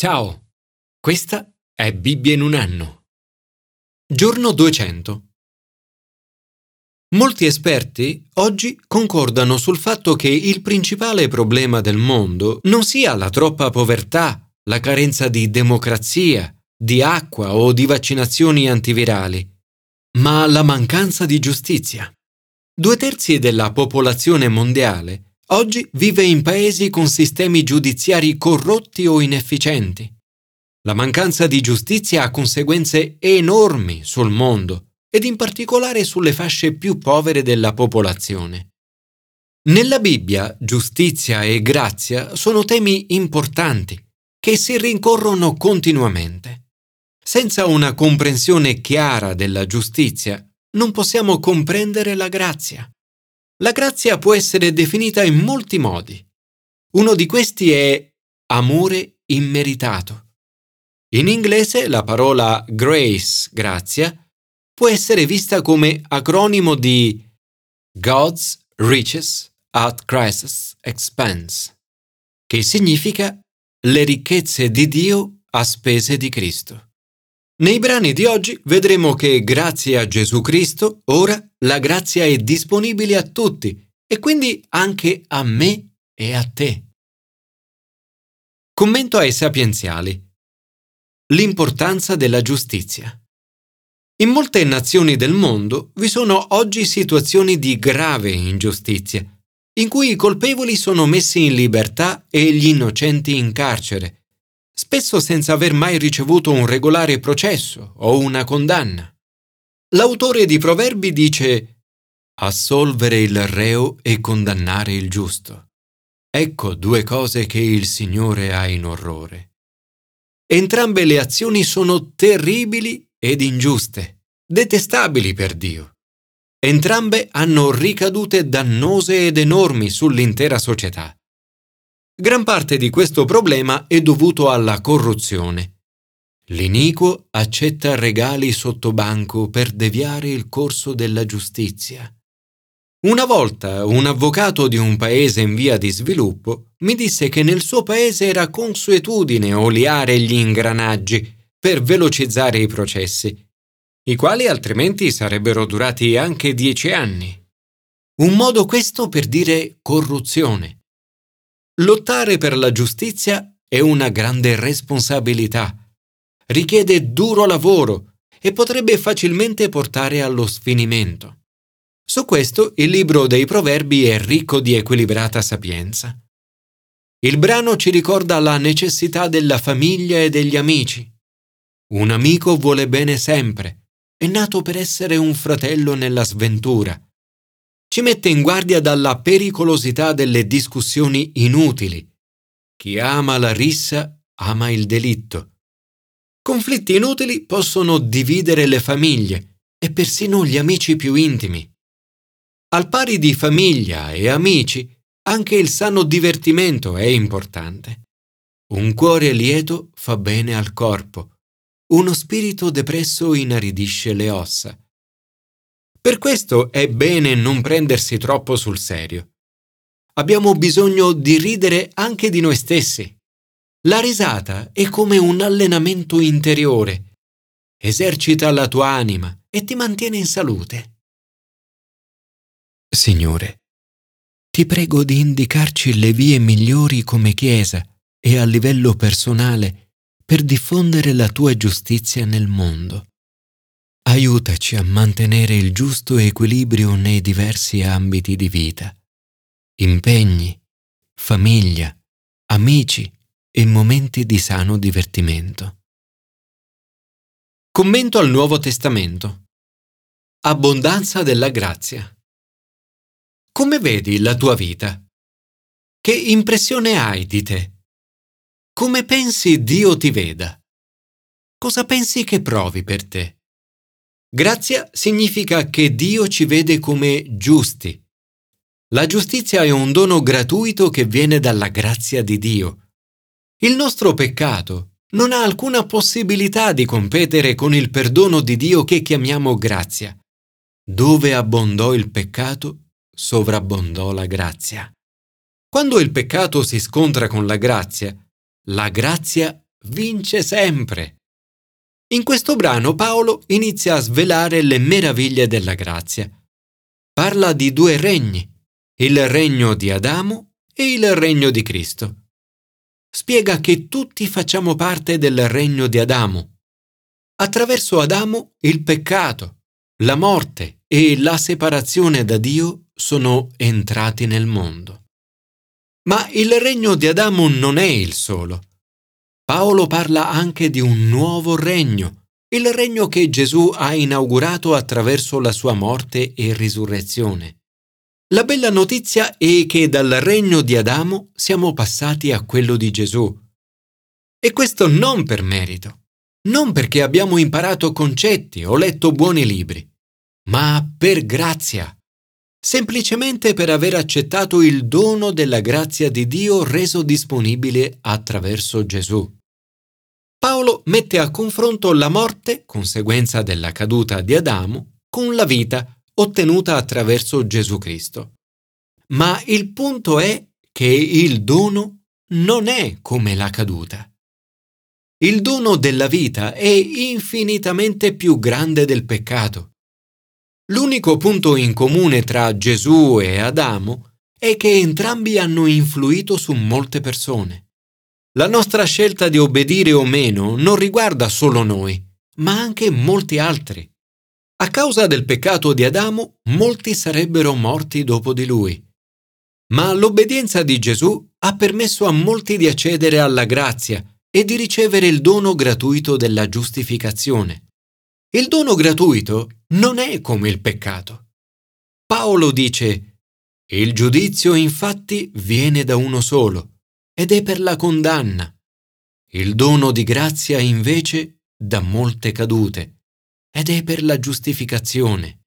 Ciao, questa è Bibbia in un anno. Giorno 200. Molti esperti oggi concordano sul fatto che il principale problema del mondo non sia la troppa povertà, la carenza di democrazia, di acqua o di vaccinazioni antivirali, ma la mancanza di giustizia. 2/3 della popolazione mondiale oggi vive in paesi con sistemi giudiziari corrotti o inefficienti. La mancanza di giustizia ha conseguenze enormi sul mondo ed in particolare sulle fasce più povere della popolazione. Nella Bibbia, giustizia e grazia sono temi importanti che si rincorrono continuamente. Senza una comprensione chiara della giustizia, non possiamo comprendere la grazia. La grazia può essere definita in molti modi. Uno di questi è amore immeritato. In inglese la parola grace, grazia, può essere vista come acronimo di God's riches at Christ's expense, che significa le ricchezze di Dio a spese di Cristo. Nei brani di oggi vedremo che grazie a Gesù Cristo ora la grazia è disponibile a tutti e quindi anche a me e a te. Commento ai sapienziali. L'importanza della giustizia. In molte nazioni del mondo vi sono oggi situazioni di grave ingiustizia, in cui i colpevoli sono messi in libertà e gli innocenti in carcere, spesso senza aver mai ricevuto un regolare processo o una condanna. L'autore di Proverbi dice: assolvere il reo e condannare il giusto. Ecco 2 cose che il Signore ha in orrore. Entrambe le azioni sono terribili ed ingiuste, detestabili per Dio. Entrambe hanno ricadute dannose ed enormi sull'intera società. Gran parte di questo problema è dovuto alla corruzione. L'iniquo accetta regali sotto banco per deviare il corso della giustizia. Una volta un avvocato di un paese in via di sviluppo mi disse che nel suo paese era consuetudine oliare gli ingranaggi per velocizzare i processi, i quali altrimenti sarebbero durati anche 10 anni. Un modo questo per dire corruzione. Lottare per la giustizia è una grande responsabilità, richiede duro lavoro e potrebbe facilmente portare allo sfinimento. Su questo il libro dei Proverbi è ricco di equilibrata sapienza. Il brano ci ricorda la necessità della famiglia e degli amici. Un amico vuole bene sempre, è nato per essere un fratello nella sventura. Ci mette in guardia dalla pericolosità delle discussioni inutili. Chi ama la rissa ama il delitto. Conflitti inutili possono dividere le famiglie e persino gli amici più intimi. Al pari di famiglia e amici, anche il sano divertimento è importante. Un cuore lieto fa bene al corpo. Uno spirito depresso inaridisce le ossa. Per questo è bene non prendersi troppo sul serio. Abbiamo bisogno di ridere anche di noi stessi. La risata è come un allenamento interiore. Esercita la tua anima e ti mantiene in salute. Signore, ti prego di indicarci le vie migliori come Chiesa e a livello personale per diffondere la tua giustizia nel mondo. Aiutaci a mantenere il giusto equilibrio nei diversi ambiti di vita, impegni, famiglia, amici e momenti di sano divertimento. Commento al Nuovo Testamento. Abbondanza della grazia. Come vedi la tua vita? Che impressione hai di te? Come pensi Dio ti veda? Cosa pensi che provi per te? Grazia significa che Dio ci vede come giusti. La giustizia è un dono gratuito che viene dalla grazia di Dio. Il nostro peccato non ha alcuna possibilità di competere con il perdono di Dio che chiamiamo grazia. Dove abbondò il peccato, sovrabbondò la grazia. Quando il peccato si scontra con la grazia vince sempre. In questo brano Paolo inizia a svelare le meraviglie della grazia. Parla di due regni, il regno di Adamo e il regno di Cristo. Spiega che tutti facciamo parte del regno di Adamo. Attraverso Adamo il peccato, la morte e la separazione da Dio sono entrati nel mondo. Ma il regno di Adamo non è il solo. Paolo parla anche di un nuovo regno, il regno che Gesù ha inaugurato attraverso la sua morte e risurrezione. La bella notizia è che dal regno di Adamo siamo passati a quello di Gesù. E questo non per merito, non perché abbiamo imparato concetti o letto buoni libri, ma per grazia, semplicemente per aver accettato il dono della grazia di Dio reso disponibile attraverso Gesù. Paolo mette a confronto la morte, conseguenza della caduta di Adamo, con la vita ottenuta attraverso Gesù Cristo. Ma il punto è che il dono non è come la caduta. Il dono della vita è infinitamente più grande del peccato. L'unico punto in comune tra Gesù e Adamo è che entrambi hanno influito su molte persone. La nostra scelta di obbedire o meno non riguarda solo noi, ma anche molti altri. A causa del peccato di Adamo, molti sarebbero morti dopo di lui. Ma l'obbedienza di Gesù ha permesso a molti di accedere alla grazia e di ricevere il dono gratuito della giustificazione. Il dono gratuito non è come il peccato. Paolo dice: «Il giudizio infatti viene da uno solo, ed è per la condanna. Il dono di grazia invece da molte cadute, ed è per la giustificazione.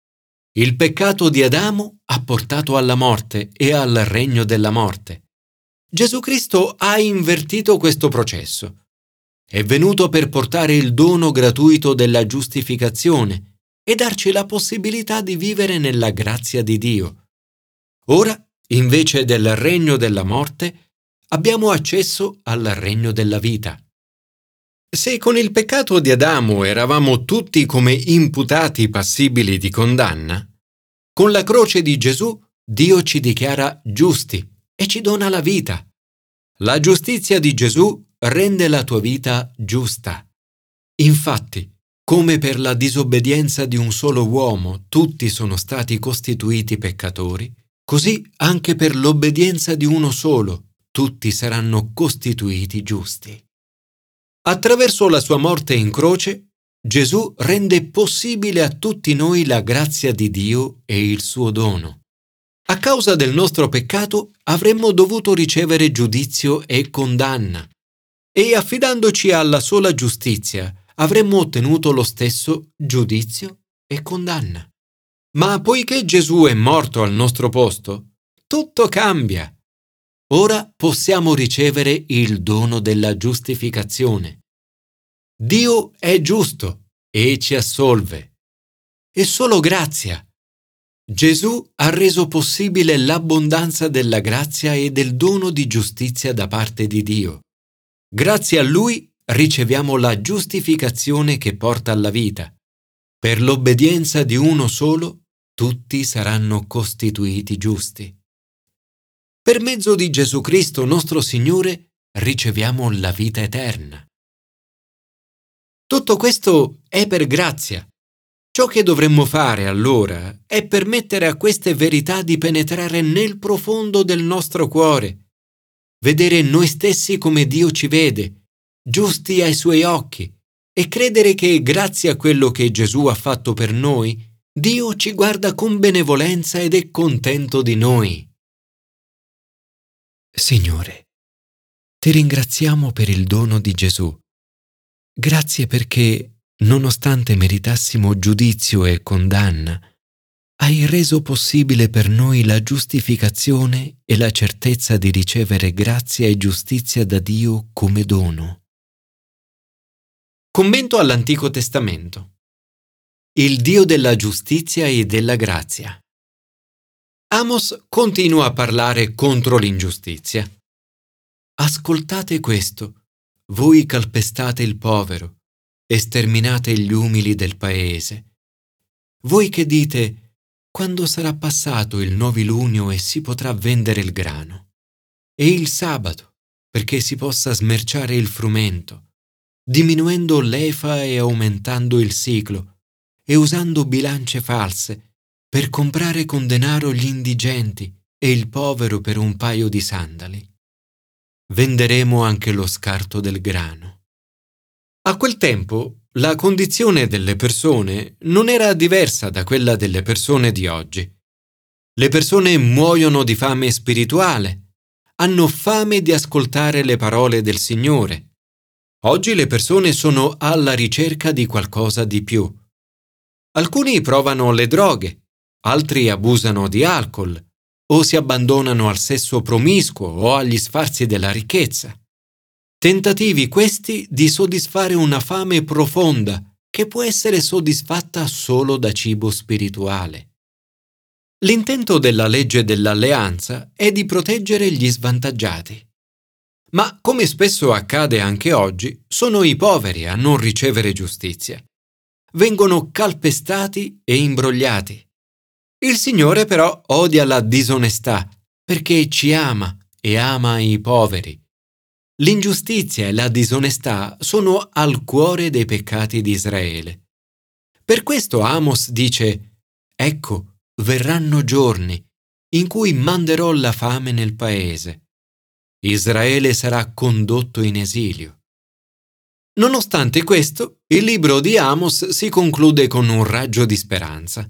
Il peccato di Adamo ha portato alla morte e al regno della morte. Gesù Cristo ha invertito questo processo. È venuto per portare il dono gratuito della giustificazione e darci la possibilità di vivere nella grazia di Dio. Ora, invece del regno della morte, abbiamo accesso al regno della vita. Se con il peccato di Adamo eravamo tutti come imputati passibili di condanna, con la croce di Gesù Dio ci dichiara giusti e ci dona la vita. La giustizia di Gesù rende la tua vita giusta. Infatti, come per la disobbedienza di un solo uomo tutti sono stati costituiti peccatori, così anche per l'obbedienza di uno solo tutti saranno costituiti giusti. Attraverso la sua morte in croce, Gesù rende possibile a tutti noi la grazia di Dio e il suo dono. A causa del nostro peccato avremmo dovuto ricevere giudizio e condanna, e affidandoci alla sola giustizia avremmo ottenuto lo stesso giudizio e condanna. Ma poiché Gesù è morto al nostro posto, tutto cambia. Ora possiamo ricevere il dono della giustificazione. Dio è giusto e ci assolve. È solo grazia. Gesù ha reso possibile l'abbondanza della grazia e del dono di giustizia da parte di Dio. Grazie a Lui riceviamo la giustificazione che porta alla vita. Per l'obbedienza di uno solo, tutti saranno costituiti giusti. Per mezzo di Gesù Cristo nostro Signore riceviamo la vita eterna. Tutto questo è per grazia. Ciò che dovremmo fare allora è permettere a queste verità di penetrare nel profondo del nostro cuore, vedere noi stessi come Dio ci vede, giusti ai Suoi occhi, e credere che grazie a quello che Gesù ha fatto per noi, Dio ci guarda con benevolenza ed è contento di noi. Signore, ti ringraziamo per il dono di Gesù. Grazie perché, nonostante meritassimo giudizio e condanna, hai reso possibile per noi la giustificazione e la certezza di ricevere grazia e giustizia da Dio come dono. Commento all'Antico Testamento. Il Dio della giustizia e della grazia. Amos continua a parlare contro l'ingiustizia. Ascoltate questo. voi calpestate il povero e sterminate gli umili del paese. Voi che dite, quando sarà passato il novilunio e si potrà vendere il grano, e il sabato, perché si possa smerciare il frumento, diminuendo l'efa e aumentando il siclo, e usando bilance false, per comprare con denaro gli indigenti e il povero per un paio di sandali. Venderemo anche lo scarto del grano. A quel tempo la condizione delle persone non era diversa da quella delle persone di oggi. Le persone muoiono di fame spirituale, hanno fame di ascoltare le parole del Signore. Oggi le persone sono alla ricerca di qualcosa di più. Alcuni provano le droghe, altri abusano di alcol o si abbandonano al sesso promiscuo o agli sfarzi della ricchezza. Tentativi questi di soddisfare una fame profonda che può essere soddisfatta solo da cibo spirituale. L'intento della legge dell'alleanza è di proteggere gli svantaggiati. Ma, come spesso accade anche oggi, sono i poveri a non ricevere giustizia. Vengono calpestati e imbrogliati. Il Signore però odia la disonestà perché ci ama e ama i poveri. L'ingiustizia e la disonestà sono al cuore dei peccati di Israele. Per questo Amos dice: «Ecco, verranno giorni in cui manderò la fame nel paese. Israele sarà condotto in esilio». Nonostante questo, il libro di Amos si conclude con un raggio di speranza.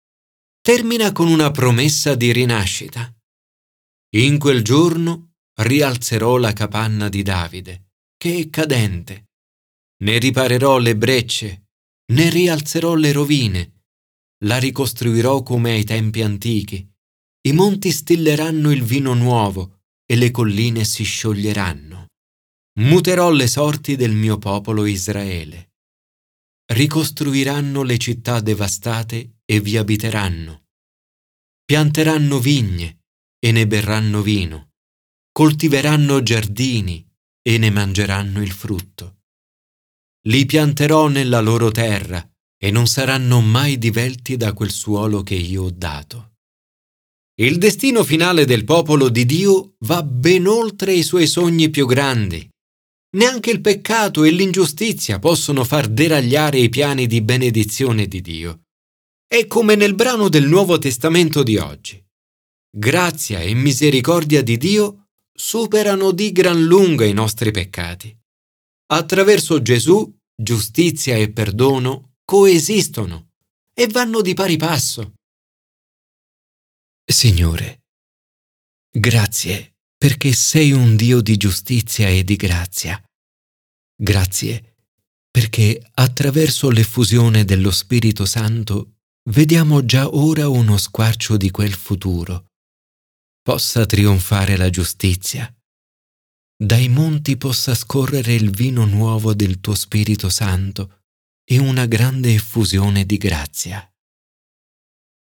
Termina con una promessa di rinascita. «In quel giorno rialzerò la capanna di Davide, che è cadente. Ne riparerò le brecce, ne rialzerò le rovine, la ricostruirò come ai tempi antichi. I monti stilleranno il vino nuovo e le colline si scioglieranno. Muterò le sorti del mio popolo Israele. Ricostruiranno le città devastate e vi abiteranno. Pianteranno vigne e ne berranno vino. Coltiveranno giardini e ne mangeranno il frutto. Li pianterò nella loro terra e non saranno mai divelti da quel suolo che io ho dato». Il destino finale del popolo di Dio va ben oltre i suoi sogni più grandi. Neanche il peccato e l'ingiustizia possono far deragliare i piani di benedizione di Dio. È come nel brano del Nuovo Testamento di oggi. Grazia e misericordia di Dio superano di gran lunga i nostri peccati. Attraverso Gesù, giustizia e perdono coesistono e vanno di pari passo. Signore, grazie perché sei un Dio di giustizia e di grazia. Grazie perché attraverso l'effusione dello Spirito Santo vediamo già ora uno squarcio di quel futuro. Possa trionfare la giustizia. Dai monti possa scorrere il vino nuovo del tuo Spirito Santo e una grande effusione di grazia.